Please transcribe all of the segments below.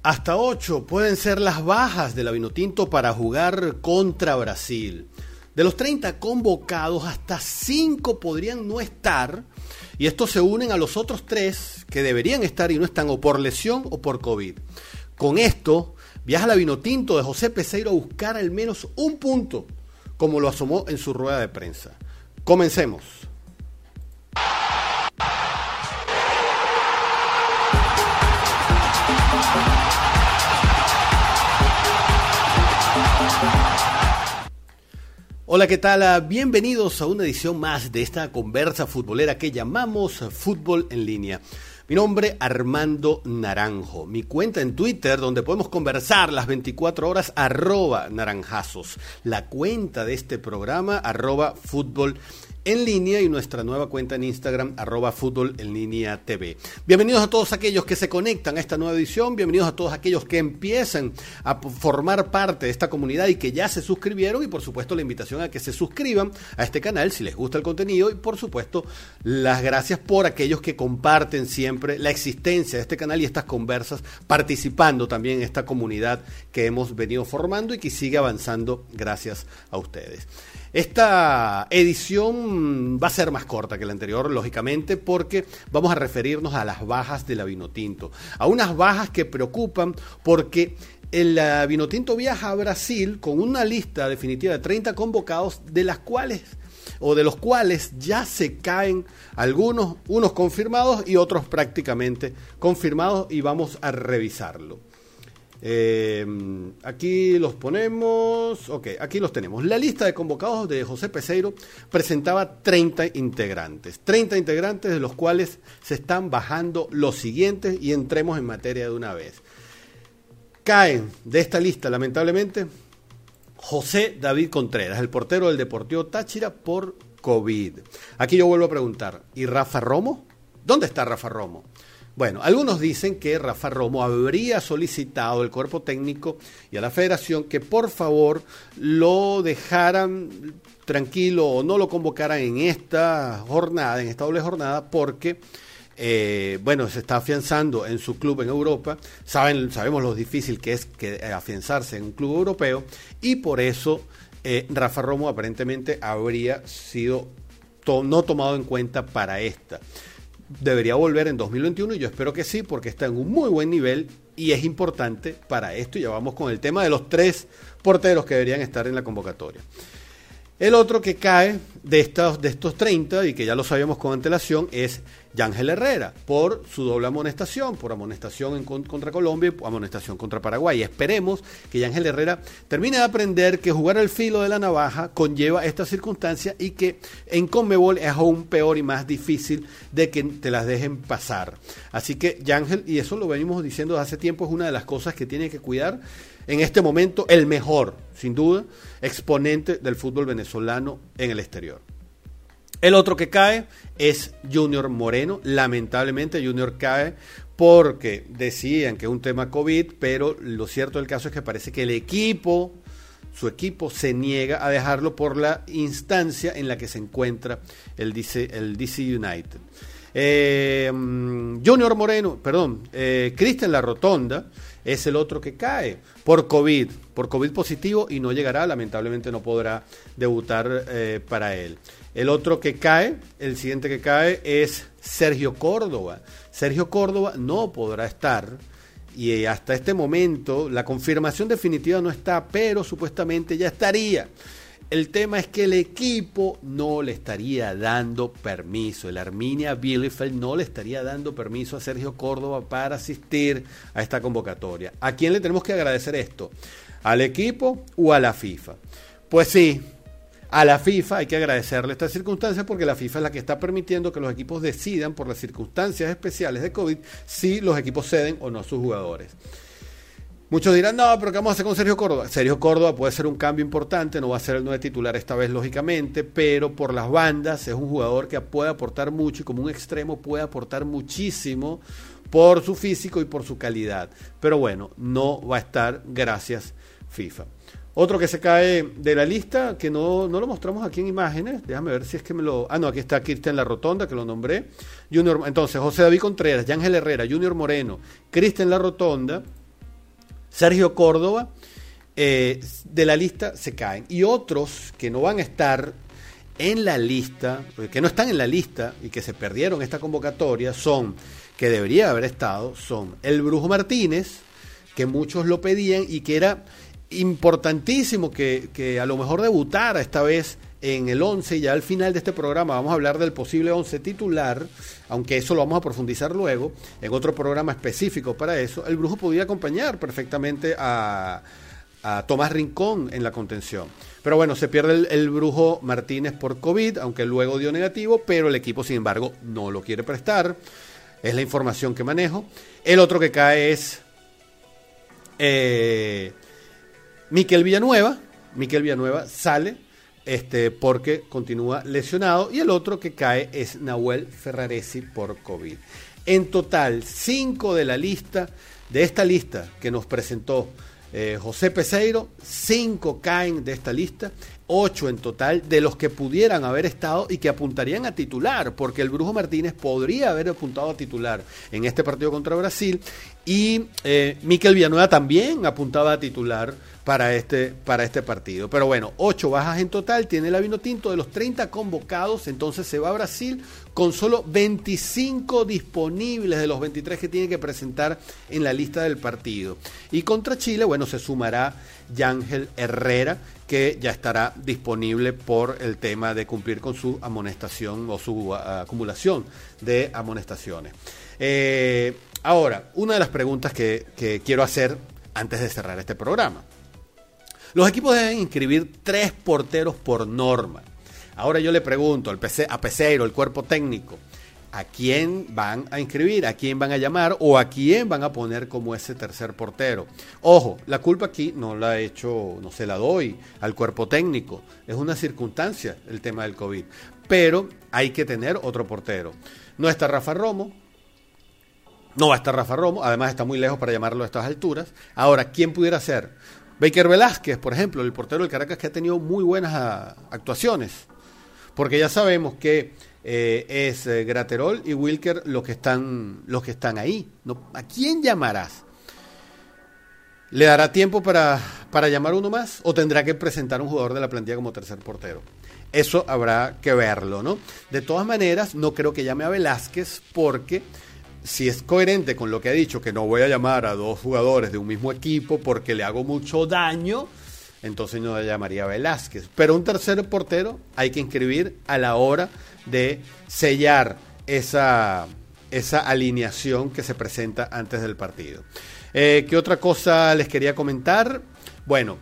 Hasta 8 pueden ser las bajas de la Vinotinto para jugar contra Brasil. De los 30 convocados, hasta 5 podrían no estar, y estos se unen a los otros 3 que deberían estar y no están, o por lesión o por COVID. Con esto, viaja la Vinotinto de José Peseiro a buscar al menos un punto, como lo asomó en su rueda de prensa. Comencemos. Hola, ¿qué tal? Bienvenidos a una edición más de esta conversa futbolera que llamamos Fútbol en Línea. Mi nombre, Armando Naranjo. Mi cuenta en Twitter, donde podemos conversar las 24 horas, @naranjazos. La cuenta de este programa, @fútbol en línea, y nuestra nueva cuenta en Instagram, @fútbol en línea TV. Bienvenidos a todos aquellos que se conectan a esta nueva edición, bienvenidos a todos aquellos que empiezan a formar parte de esta comunidad y que ya se suscribieron, y por supuesto la invitación a que se suscriban a este canal si les gusta el contenido, y por supuesto las gracias por aquellos que comparten siempre la existencia de este canal y estas conversas, participando también en esta comunidad que hemos venido formando y que sigue avanzando gracias a ustedes. Esta edición va a ser más corta que la anterior, lógicamente, porque vamos a referirnos a las bajas de la Vinotinto. A unas bajas que preocupan porque el Vinotinto viaja a Brasil con una lista definitiva de 30 convocados, de los cuales ya se caen algunos, unos confirmados y otros prácticamente confirmados, y vamos a revisarlo. Aquí los ponemos. Ok, aquí los tenemos. La lista de convocados de José Peseiro presentaba 30 integrantes, de los cuales se están bajando los siguientes, y entremos en materia de una vez. Caen de esta lista, lamentablemente, José David Contreras, el portero del Deportivo Táchira, por COVID. Aquí yo vuelvo a preguntar, ¿y Rafa Romo? ¿Dónde está Rafa Romo? Bueno, algunos dicen que Rafa Romo habría solicitado al cuerpo técnico y a la federación que por favor lo dejaran tranquilo o no lo convocaran en esta jornada, en esta doble jornada, porque se está afianzando en su club en Europa. Sabemos lo difícil que es afianzarse en un club europeo, y por eso Rafa Romo aparentemente habría sido no tomado en cuenta para esta. Debería volver en 2021 y yo espero que sí, porque está en un muy buen nivel y es importante para esto. Y ya vamos con el tema de los 3 porteros que deberían estar en la convocatoria. El otro que cae de estos 30, y que ya lo sabíamos con antelación, es Yángel Herrera, por su doble amonestación, por amonestación contra Colombia y amonestación contra Paraguay. Y esperemos que Yángel Herrera termine de aprender que jugar al filo de la navaja conlleva esta circunstancia, y que en Conmebol es aún peor y más difícil de que te las dejen pasar. Así que Yángel, y eso lo venimos diciendo desde hace tiempo, es una de las cosas que tiene que cuidar en este momento, el mejor, sin duda, exponente del fútbol venezolano en el exterior. El otro que cae es Junior Moreno. Lamentablemente Junior cae porque decían que es un tema COVID, pero lo cierto del caso es que parece que su equipo se niega a dejarlo por la instancia en la que se encuentra el DC United. Cristian La Rotonda es el otro que cae por COVID positivo, y no llegará, lamentablemente no podrá debutar para él. El siguiente que cae es Sergio Córdoba. Sergio Córdoba no podrá estar, y hasta este momento la confirmación definitiva no está, pero supuestamente ya estaría. El tema es que el equipo no le estaría dando permiso, el Arminia Bielefeld no le estaría dando permiso a Sergio Córdoba para asistir a esta convocatoria. ¿A quién le tenemos que agradecer esto? ¿Al equipo o a la FIFA? Pues sí, a la FIFA hay que agradecerle esta circunstancia, porque la FIFA es la que está permitiendo que los equipos decidan, por las circunstancias especiales de COVID, si los equipos ceden o no a sus jugadores. Muchos dirán, no, pero ¿qué vamos a hacer con Sergio Córdoba? Sergio Córdoba puede ser un cambio importante, no va a ser el 9 titular esta vez, lógicamente, pero por las bandas es un jugador que puede aportar mucho, y como un extremo puede aportar muchísimo por su físico y por su calidad. Pero bueno, no va a estar, gracias FIFA. Otro que se cae de la lista, que no lo mostramos aquí en imágenes, déjame ver si es que aquí está Cristian La Rotonda, que lo nombré. Entonces, José David Contreras, Yángel Herrera, Junior Moreno, Cristian La Rotonda, Sergio Córdoba, de la lista se caen. Y otros que no van a estar en la lista, que no están en la lista y que se perdieron esta convocatoria, que debería haber estado, son el Brujo Martínez, que muchos lo pedían y que era importantísimo que a lo mejor debutara esta vez en el 11. Y ya al final de este programa vamos a hablar del posible 11 titular, aunque eso lo vamos a profundizar luego en otro programa específico para eso. El Brujo podía acompañar perfectamente a Tomás Rincón en la contención. Pero bueno, se pierde el Brujo Martínez por COVID, aunque luego dio negativo, pero el equipo, sin embargo, no lo quiere prestar. Es la información que manejo. El otro que cae es Miquel Villanueva. Miquel Villanueva sale porque continúa lesionado. Y el otro que cae es Nahuel Ferraresi por COVID. En total, 5 de esta lista que nos presentó José Peseiro, 5 caen de esta lista, 8 en total de los que pudieran haber estado y que apuntarían a titular, porque el Brujo Martínez podría haber apuntado a titular en este partido contra Brasil, y Miquel Villanueva también apuntaba a titular para este partido. Pero bueno, 8 bajas en total tiene la Vinotinto. De los 30 convocados, entonces se va a Brasil con solo 25 disponibles de los 23 que tiene que presentar en la lista del partido. Y contra Chile, bueno, se sumará Yángel Herrera, que ya estará disponible por el tema de cumplir con su amonestación o su acumulación de amonestaciones. Ahora, una de las preguntas que quiero hacer antes de cerrar este programa. Los equipos deben inscribir 3 porteros por norma. Ahora yo le pregunto a Peseiro, el cuerpo técnico, ¿a quién van a inscribir? ¿A quién van a llamar? ¿O a quién van a poner como ese tercer portero? Ojo, la culpa aquí no se la doy al cuerpo técnico. Es una circunstancia el tema del COVID. Pero hay que tener otro portero. No está Rafa Romo. No va a estar Rafa Romo. Además está muy lejos para llamarlo a estas alturas. Ahora, ¿quién pudiera ser? Baker Velázquez, por ejemplo, el portero del Caracas, que ha tenido muy buenas actuaciones. Porque ya sabemos que es Graterol y Wilker los que están ahí. ¿No? ¿A quién llamarás? ¿Le dará tiempo para llamar uno más? ¿O tendrá que presentar un jugador de la plantilla como tercer portero? Eso habrá que verlo, ¿no? De todas maneras, no creo que llame a Velázquez, porque si es coherente con lo que ha dicho, que no voy a llamar a 2 jugadores de un mismo equipo porque le hago mucho daño, entonces no le llamaría a Velázquez. Pero un tercer portero hay que inscribir a la hora de sellar esa alineación que se presenta antes del partido. ¿Qué otra cosa les quería comentar? Bueno,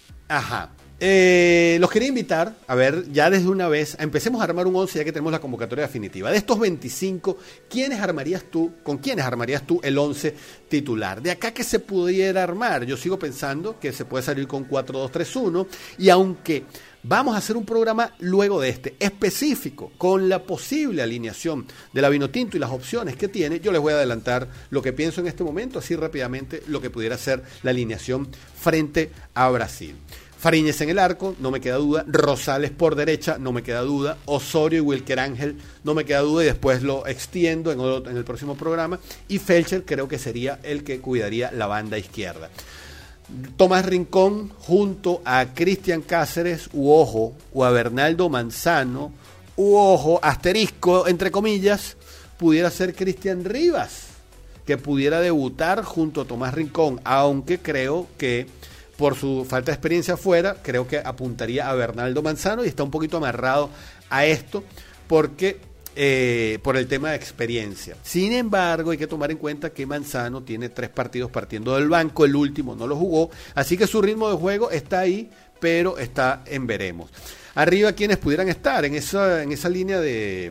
los quería invitar, a ver, ya desde una vez, empecemos a armar un 11 ya que tenemos la convocatoria definitiva. De estos 25, ¿con quiénes armarías tú el 11 titular? De acá que se pudiera armar, yo sigo pensando que se puede salir con 4-2-3-1, y aunque vamos a hacer un programa luego de este, específico, con la posible alineación de la Vinotinto y las opciones que tiene, yo les voy a adelantar lo que pienso en este momento, así rápidamente, lo que pudiera ser la alineación frente a Brasil. Fariñez en el arco, no me queda duda. Rosales por derecha, no me queda duda. Osorio y Wilker Ángel, no me queda duda, y después lo extiendo en el próximo programa. Y Felcher creo que sería el que cuidaría la banda izquierda. Tomás Rincón junto a Cristian Cáceres, o a Bernaldo Manzano, asterisco, entre comillas, pudiera ser Cristian Rivas, que pudiera debutar junto a Tomás Rincón, aunque creo que por su falta de experiencia afuera, creo que apuntaría a Bernaldo Manzano, y está un poquito amarrado a esto porque por el tema de experiencia. Sin embargo, hay que tomar en cuenta que Manzano tiene 3 partidos partiendo del banco, el último no lo jugó, así que su ritmo de juego está ahí, pero está en veremos. Arriba, quienes pudieran estar en esa línea de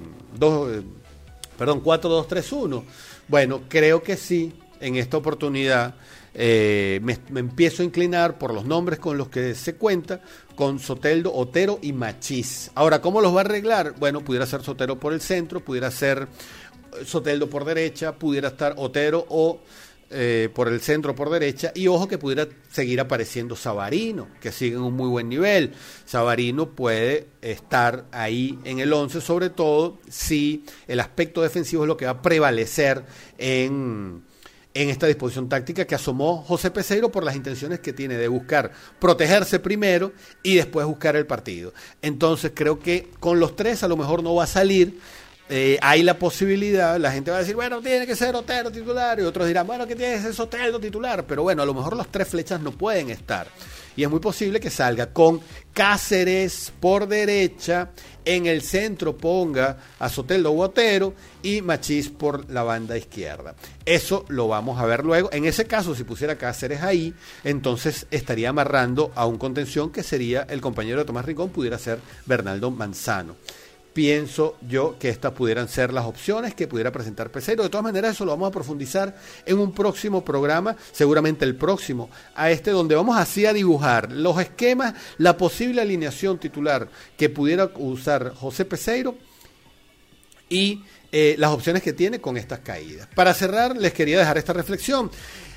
4-2-3-1. Bueno, creo que sí, en esta oportunidad me empiezo a inclinar por los nombres con los que se cuenta, con Soteldo, Otero y Machís. Ahora, ¿cómo los va a arreglar? Bueno, pudiera ser Sotero por el centro, pudiera ser Soteldo por derecha, pudiera estar Otero o por el centro por derecha, y ojo que pudiera seguir apareciendo Savarino, que sigue en un muy buen nivel. Savarino puede estar ahí en el 11, sobre todo si el aspecto defensivo es lo que va a prevalecer en en esta disposición táctica que asomó José Peseiro por las intenciones que tiene de buscar protegerse primero y después buscar el partido. Entonces creo que con los tres a lo mejor no va a salir. Hay la posibilidad, la gente va a decir, bueno, tiene que ser Otero titular, y otros dirán, bueno, que tiene que ser Soteldo titular, pero bueno, a lo mejor los tres flechas no pueden estar. Y es muy posible que salga con Cáceres por derecha, en el centro ponga a Soteldo o Otero y Machís por la banda izquierda. Eso lo vamos a ver luego. En ese caso, si pusiera Cáceres ahí, entonces estaría amarrando a un contención que sería el compañero de Tomás Rincón, pudiera ser Bernardo Manzano. Pienso yo que estas pudieran ser las opciones que pudiera presentar Peseiro. De todas maneras, eso lo vamos a profundizar en un próximo programa, seguramente el próximo, donde vamos así a dibujar los esquemas, la posible alineación titular que pudiera usar José Peseiro y las opciones que tiene con estas caídas. Para cerrar, les quería dejar esta reflexión.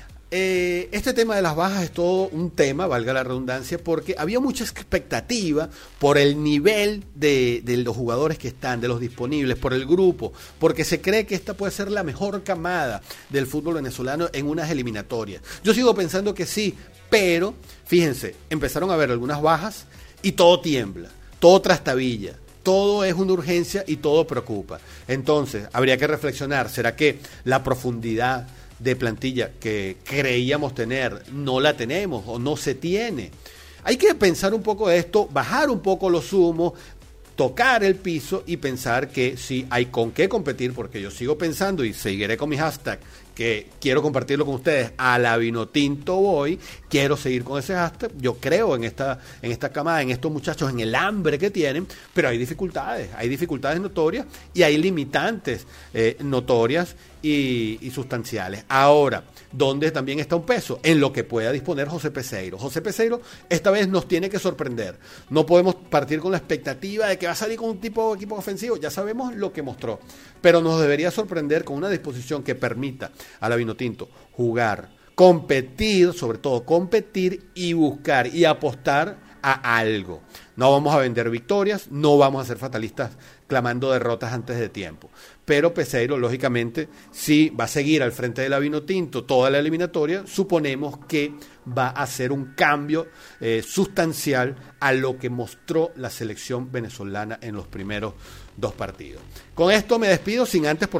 Este tema de las bajas es todo un tema, valga la redundancia, porque había mucha expectativa por el nivel de los jugadores que están, de los disponibles, por el grupo, porque se cree que esta puede ser la mejor camada del fútbol venezolano en unas eliminatorias. Yo sigo pensando que sí, pero fíjense, empezaron a haber algunas bajas y todo tiembla, todo trastabilla. Todo es una urgencia y todo preocupa. Entonces, habría que reflexionar, ¿será que la profundidad de plantilla que creíamos tener no la tenemos o no se tiene? Hay que pensar un poco de esto, bajar un poco los humos, tocar el piso y pensar que sí hay con qué competir, porque yo sigo pensando y seguiré con mi hashtag, que quiero compartirlo con ustedes, a la Vinotinto voy, quiero seguir con ese hashtag. Yo creo en esta camada, en estos muchachos, en el hambre que tienen, pero hay dificultades notorias y hay limitantes notorias y sustanciales. Ahora, ¿dónde también está un peso? En lo que pueda disponer José Peseiro. José Peseiro esta vez nos tiene que sorprender. No podemos partir con la expectativa de que va a salir con un tipo de equipo ofensivo. Ya sabemos lo que mostró, pero nos debería sorprender con una disposición que permita a la Vinotinto jugar, competir, sobre todo competir y buscar y apostar a algo. No vamos a vender victorias, no vamos a ser fatalistas clamando derrotas antes de tiempo. Pero Peseiro, lógicamente, si va a seguir al frente de la Vinotinto toda la eliminatoria, suponemos que va a hacer un cambio sustancial a lo que mostró la selección venezolana en los primeros 2 partidos. Con esto me despido sin antes,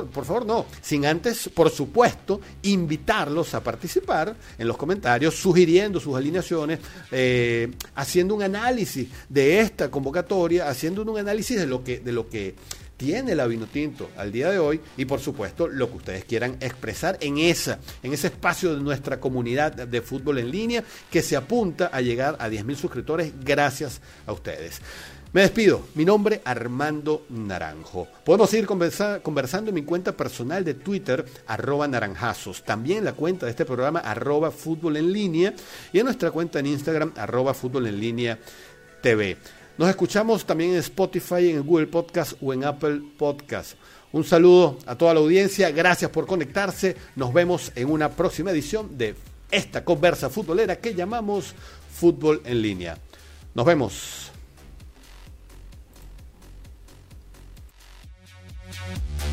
sin antes, por supuesto, invitarlos a participar en los comentarios, sugiriendo sus alineaciones, haciendo un análisis de esta convocatoria, haciendo un análisis de lo que tiene la Vinotinto al día de hoy y por supuesto lo que ustedes quieran expresar en ese espacio de nuestra comunidad de fútbol en línea que se apunta a llegar a 10.000 suscriptores gracias a ustedes. Me despido, mi nombre Armando Naranjo. Podemos seguir conversando en mi cuenta personal de Twitter, @naranjazos, también la cuenta de este programa, @fútbol en línea, y en nuestra cuenta en Instagram, @fútbol en línea TV. Nos escuchamos también en Spotify, en Google Podcast o en Apple Podcast. Un saludo a toda la audiencia, gracias por conectarse. Nos vemos en una próxima edición de esta conversa futbolera que llamamos Fútbol en Línea. Nos vemos.